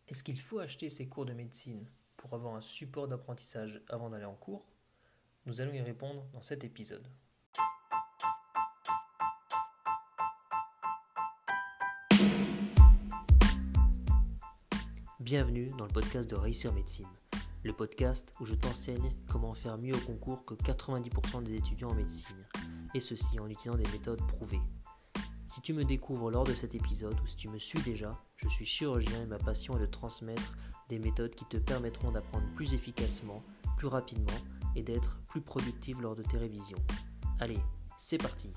Est-ce qu'il faut acheter ses cours de médecine pour avoir un support d'apprentissage avant d'aller en cours? Nous allons y répondre dans cet épisode. Bienvenue dans le podcast de Réussir Médecine, le podcast où je t'enseigne comment faire mieux au concours que 90% des étudiants en médecine, et ceci en utilisant des méthodes prouvées. Si tu me découvres lors de cet épisode ou si tu me suis déjà, je suis chirurgien et ma passion est de transmettre des méthodes qui te permettront d'apprendre plus efficacement, plus rapidement et d'être plus productif lors de tes révisions. Allez, c'est parti!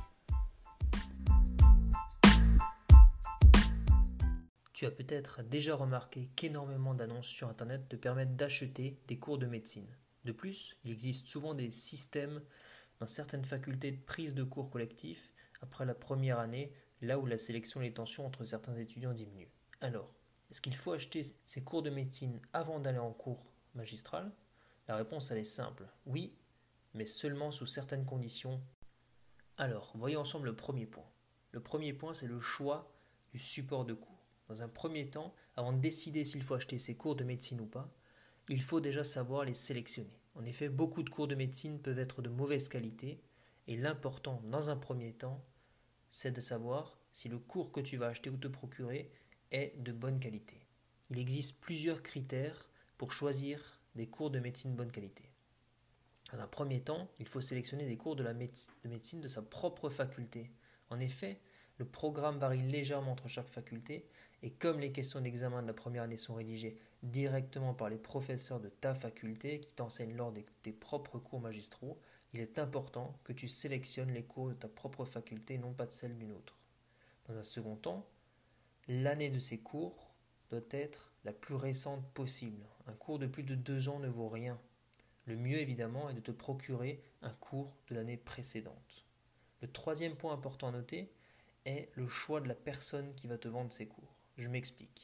Tu as peut-être déjà remarqué qu'énormément d'annonces sur Internet te permettent d'acheter des cours de médecine. De plus, il existe souvent des systèmes dans certaines facultés de prise de cours collectifs après la première année, là où la sélection et les tensions entre certains étudiants diminuent. Alors, est-ce qu'il faut acheter ces cours de médecine avant d'aller en cours magistral? La réponse elle est simple, oui, mais seulement sous certaines conditions. Alors, voyons ensemble le premier point. Le premier point, c'est le choix du support de cours. Dans un premier temps, avant de décider s'il faut acheter ces cours de médecine ou pas, il faut déjà savoir les sélectionner. En effet, beaucoup de cours de médecine peuvent être de mauvaise qualité et l'important dans un premier temps, c'est de savoir si le cours que tu vas acheter ou te procurer est de bonne qualité. Il existe plusieurs critères pour choisir des cours de médecine de bonne qualité. Dans un premier temps, il faut sélectionner des cours de médecine de sa propre faculté. En effet, le programme varie légèrement entre chaque faculté et comme les questions d'examen de la première année sont rédigées directement par les professeurs de ta faculté qui t'enseignent lors de tes propres cours magistraux, il est important que tu sélectionnes les cours de ta propre faculté et non pas de celle d'une autre. Dans un second temps, l'année de ces cours doit être la plus récente possible. Un cours de plus de 2 ans ne vaut rien. Le mieux évidemment est de te procurer un cours de l'année précédente. Le troisième point important à noter est le choix de la personne qui va te vendre ces cours. Je m'explique.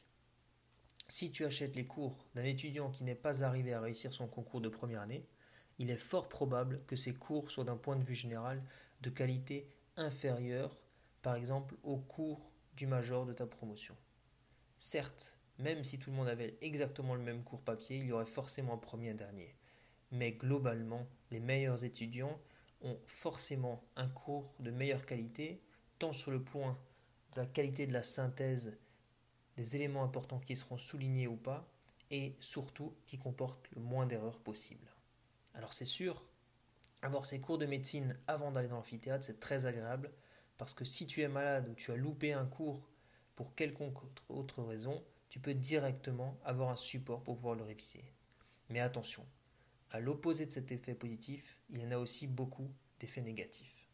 Si tu achètes les cours d'un étudiant qui n'est pas arrivé à réussir son concours de première année, il est fort probable que ces cours soient d'un point de vue général de qualité inférieure, par exemple aux cours du major de ta promotion. Certes, même si tout le monde avait exactement le même cours papier, il y aurait forcément un premier et un dernier. Mais globalement, les meilleurs étudiants ont forcément un cours de meilleure qualité, tant sur le point de la qualité de la synthèse des éléments importants qui seront soulignés ou pas, et surtout qui comportent le moins d'erreurs possible. Alors c'est sûr, avoir ces cours de médecine avant d'aller dans l'amphithéâtre, c'est très agréable, parce que si tu es malade ou tu as loupé un cours pour quelconque autre raison, tu peux directement avoir un support pour pouvoir le réviser. Mais attention, à l'opposé de cet effet positif, il y en a aussi beaucoup d'effets négatifs.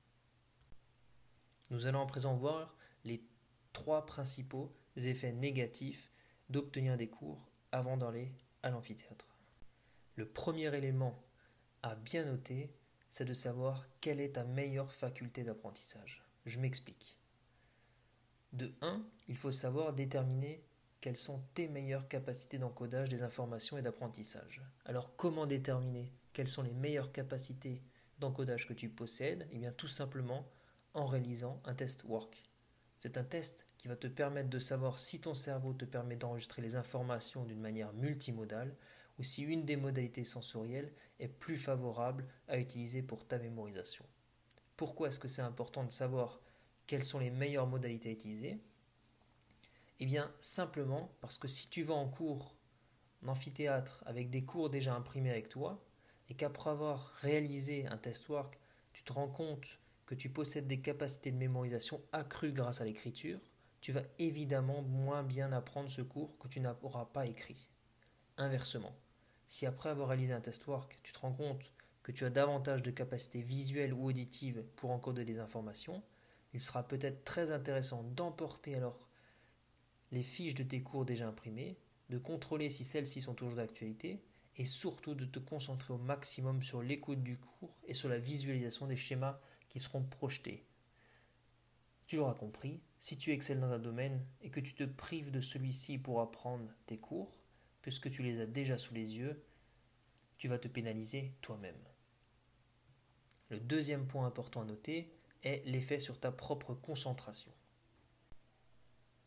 Nous allons à présent voir les 3 principaux effets négatifs d'obtenir des cours avant d'aller à l'amphithéâtre. Le premier élément à bien noter, c'est de savoir quelle est ta meilleure faculté d'apprentissage. Je m'explique. De 1, il faut savoir déterminer quelles sont tes meilleures capacités d'encodage des informations et d'apprentissage. Alors comment déterminer quelles sont les meilleures capacités d'encodage que tu possèdes? Eh bien tout simplement en réalisant un test work. C'est un test qui va te permettre de savoir si ton cerveau te permet d'enregistrer les informations d'une manière multimodale ou si une des modalités sensorielles est plus favorable à utiliser pour ta mémorisation. Pourquoi est-ce que c'est important de savoir quelles sont les meilleures modalités à utiliser? Eh bien, simplement parce que si tu vas en cours, en amphithéâtre, avec des cours déjà imprimés avec toi, et qu'après avoir réalisé un test work, tu te rends compte que tu possèdes des capacités de mémorisation accrues grâce à l'écriture, tu vas évidemment moins bien apprendre ce cours que tu n'auras pas écrit. Inversement, si après avoir réalisé un test work, tu te rends compte que tu as davantage de capacités visuelles ou auditives pour encoder des informations, il sera peut-être très intéressant d'emporter alors les fiches de tes cours déjà imprimées, de contrôler si celles-ci sont toujours d'actualité et surtout de te concentrer au maximum sur l'écoute du cours et sur la visualisation des schémas qui seront projetés. Tu l'auras compris, si tu excelles dans un domaine et que tu te prives de celui-ci pour apprendre tes cours, puisque tu les as déjà sous les yeux, tu vas te pénaliser toi-même. Le deuxième point important à noter est l'effet sur ta propre concentration.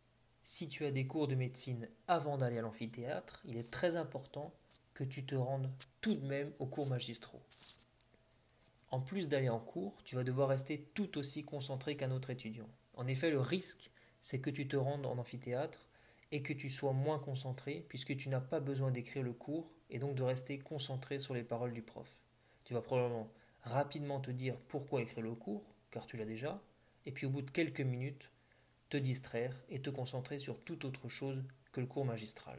si tu as des cours de médecine avant d'aller à l'amphithéâtre, il est très important que tu te rendes tout de même aux cours magistraux. En plus d'aller en cours, tu vas devoir rester tout aussi concentré qu'un autre étudiant. En effet, le risque, c'est que tu te rendes en amphithéâtre et que tu sois moins concentré puisque tu n'as pas besoin d'écrire le cours et donc de rester concentré sur les paroles du prof. Tu vas probablement rapidement te dire pourquoi écrire le cours, car tu l'as déjà, et puis au bout de quelques minutes, te distraire et te concentrer sur toute autre chose que le cours magistral.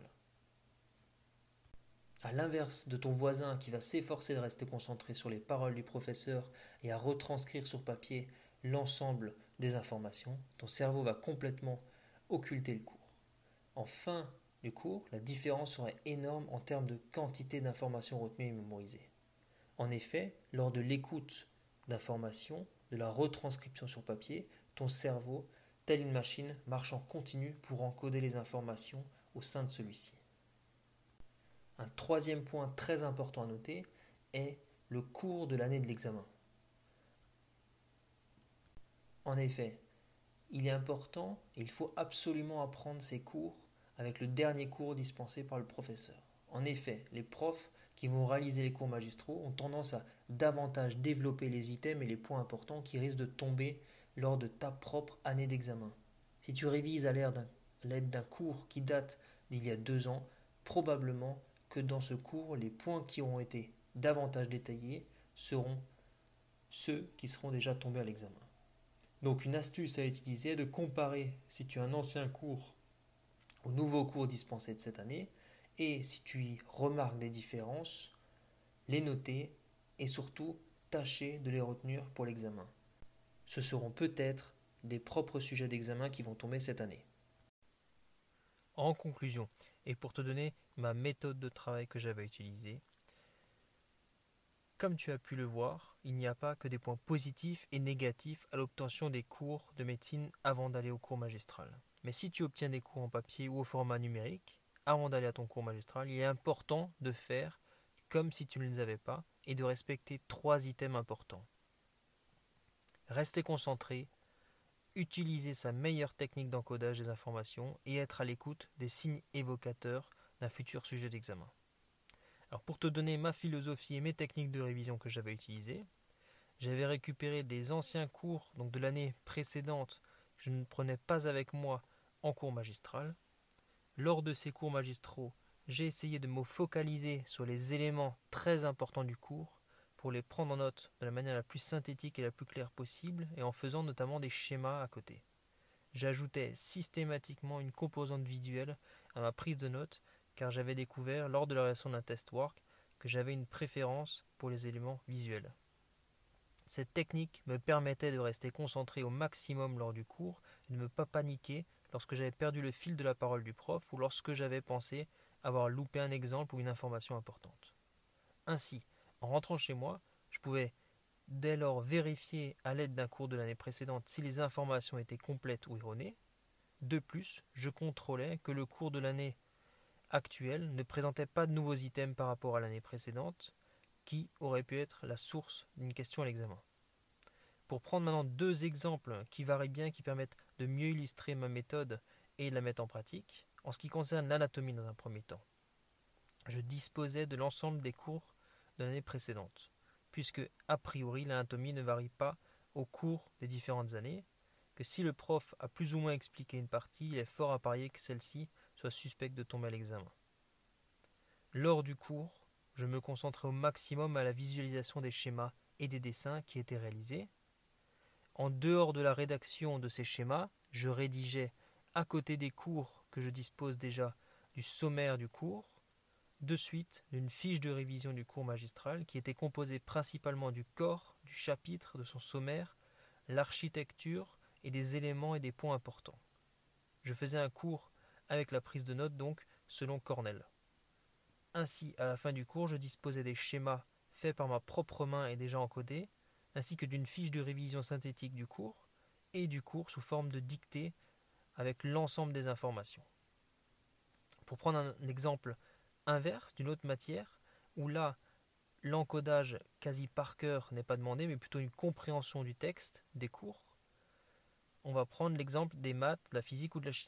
À l'inverse de ton voisin qui va s'efforcer de rester concentré sur les paroles du professeur et à retranscrire sur papier l'ensemble des informations, ton cerveau va complètement occulter le cours. En fin du cours, la différence serait énorme en termes de quantité d'informations retenues et mémorisées. En effet, lors de l'écoute d'informations, de la retranscription sur papier, ton cerveau, telle une machine, marche en continu pour encoder les informations au sein de celui-ci. Un troisième point très important à noter est le cours de l'année de l'examen. En effet, il est important et il faut absolument apprendre ces cours avec le dernier cours dispensé par le professeur. En effet, les profs qui vont réaliser les cours magistraux ont tendance à davantage développer les items et les points importants qui risquent de tomber lors de ta propre année d'examen. Si tu révises à l'aide d'un cours qui date d'il y a 2 ans, probablement que dans ce cours, les points qui ont été davantage détaillés seront ceux qui seront déjà tombés à l'examen. Donc une astuce à utiliser est de comparer si tu as un ancien cours au nouveau cours dispensé de cette année et si tu y remarques des différences, les noter et surtout tâcher de les retenir pour l'examen. Ce seront peut-être des propres sujets d'examen qui vont tomber cette année. En conclusion, et pour te donner ma méthode de travail que j'avais utilisée, comme tu as pu le voir, il n'y a pas que des points positifs et négatifs à l'obtention des cours de médecine avant d'aller au cours magistral. Mais si tu obtiens des cours en papier ou au format numérique, avant d'aller à ton cours magistral, il est important de faire comme si tu ne les avais pas et de respecter 3 items importants. Rester concentré, utiliser sa meilleure technique d'encodage des informations et être à l'écoute des signes évocateurs d'un futur sujet d'examen. Alors pour te donner ma philosophie et mes techniques de révision que j'avais utilisées, j'avais récupéré des anciens cours donc de l'année précédente que je ne prenais pas avec moi en cours magistral. Lors de ces cours magistraux, j'ai essayé de me focaliser sur les éléments très importants du cours pour les prendre en note de la manière la plus synthétique et la plus claire possible et en faisant notamment des schémas à côté. J'ajoutais systématiquement une composante visuelle à ma prise de notes car j'avais découvert lors de la réalisation d'un test work que j'avais une préférence pour les éléments visuels. Cette technique me permettait de rester concentré au maximum lors du cours et de ne pas paniquer lorsque j'avais perdu le fil de la parole du prof ou lorsque j'avais pensé avoir loupé un exemple ou une information importante. Ainsi, en rentrant chez moi, je pouvais dès lors vérifier à l'aide d'un cours de l'année précédente si les informations étaient complètes ou erronées. De plus, je contrôlais que le cours de l'année actuelle ne présentait pas de nouveaux items par rapport à l'année précédente qui auraient pu être la source d'une question à l'examen. Pour prendre maintenant 2 exemples qui varient bien, qui permettent de mieux illustrer ma méthode et la mettre en pratique, en ce qui concerne l'anatomie dans un premier temps. Je disposais de l'ensemble des cours de l'année précédente, puisque a priori l'anatomie ne varie pas au cours des différentes années, que si le prof a plus ou moins expliqué une partie, il est fort à parier que celle-ci soit suspecte de tomber à l'examen. Lors du cours, je me concentrais au maximum à la visualisation des schémas et des dessins qui étaient réalisés. En dehors de la rédaction de ces schémas, je rédigeais, à côté des cours que je dispose déjà, du sommaire du cours, de suite d'une fiche de révision du cours magistral qui était composée principalement du corps, du chapitre, de son sommaire, l'architecture et des éléments et des points importants. Je faisais un cours avec la prise de notes donc selon Cornell. Ainsi, à la fin du cours, je disposais des schémas faits par ma propre main et déjà encodés, ainsi que d'une fiche de révision synthétique du cours et du cours sous forme de dictée avec l'ensemble des informations. Pour prendre un exemple inverse d'une autre matière, où là, l'encodage quasi par cœur n'est pas demandé, mais plutôt une compréhension du texte, des cours, on va prendre l'exemple des maths, de la physique ou de la chimie.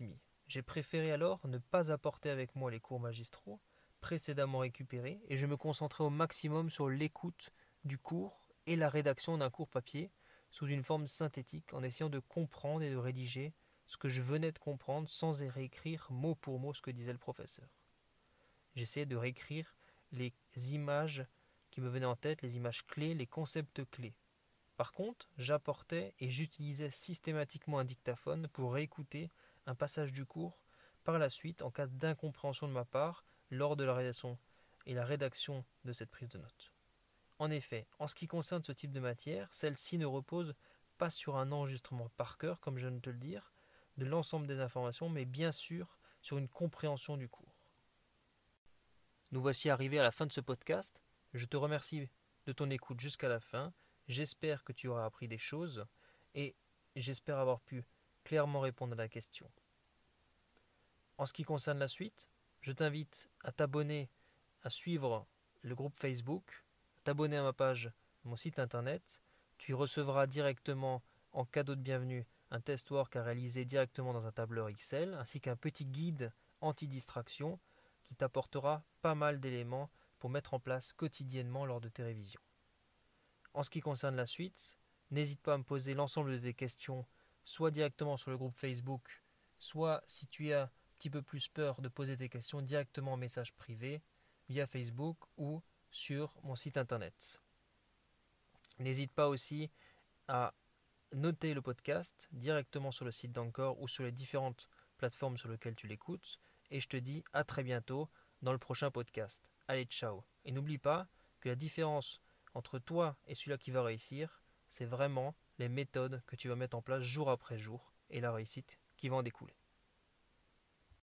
J'ai préféré alors ne pas apporter avec moi les cours magistraux précédemment récupérés et je me concentrais au maximum sur l'écoute du cours et la rédaction d'un cours papier sous une forme synthétique en essayant de comprendre et de rédiger ce que je venais de comprendre sans réécrire mot pour mot ce que disait le professeur. J'essayais de réécrire les images qui me venaient en tête, les images clés, les concepts clés. Par contre, j'apportais et j'utilisais systématiquement un dictaphone pour réécouter un passage du cours par la suite en cas d'incompréhension de ma part lors de la rédaction et la rédaction de cette prise de notes. En effet, en ce qui concerne ce type de matière, celle-ci ne repose pas sur un enregistrement par cœur, comme je viens de te le dire, de l'ensemble des informations, mais bien sûr sur une compréhension du cours. Nous voici arrivés à la fin de ce podcast. Je te remercie de ton écoute jusqu'à la fin. J'espère que tu auras appris des choses et j'espère avoir pu clairement répondre à la question. En ce qui concerne la suite, je t'invite à t'abonner, à suivre le groupe Facebook, à t'abonner à ma page, mon site internet. Tu y recevras directement en cadeau de bienvenue un test work à réaliser directement dans un tableur Excel ainsi qu'un petit guide anti-distraction qui t'apportera pas mal d'éléments pour mettre en place quotidiennement lors de tes révisions. En ce qui concerne la suite, n'hésite pas à me poser l'ensemble de tes questions, soit directement sur le groupe Facebook, soit si tu as un petit peu plus peur de poser tes questions directement en message privé via Facebook ou sur mon site internet. N'hésite pas aussi à noter le podcast directement sur le site d'Anchor ou sur les différentes plateformes sur lesquelles tu l'écoutes. Et je te dis à très bientôt dans le prochain podcast. Allez, ciao. Et n'oublie pas que la différence entre toi et celui-là qui va réussir, c'est vraiment les méthodes que tu vas mettre en place jour après jour et la réussite qui va en découler.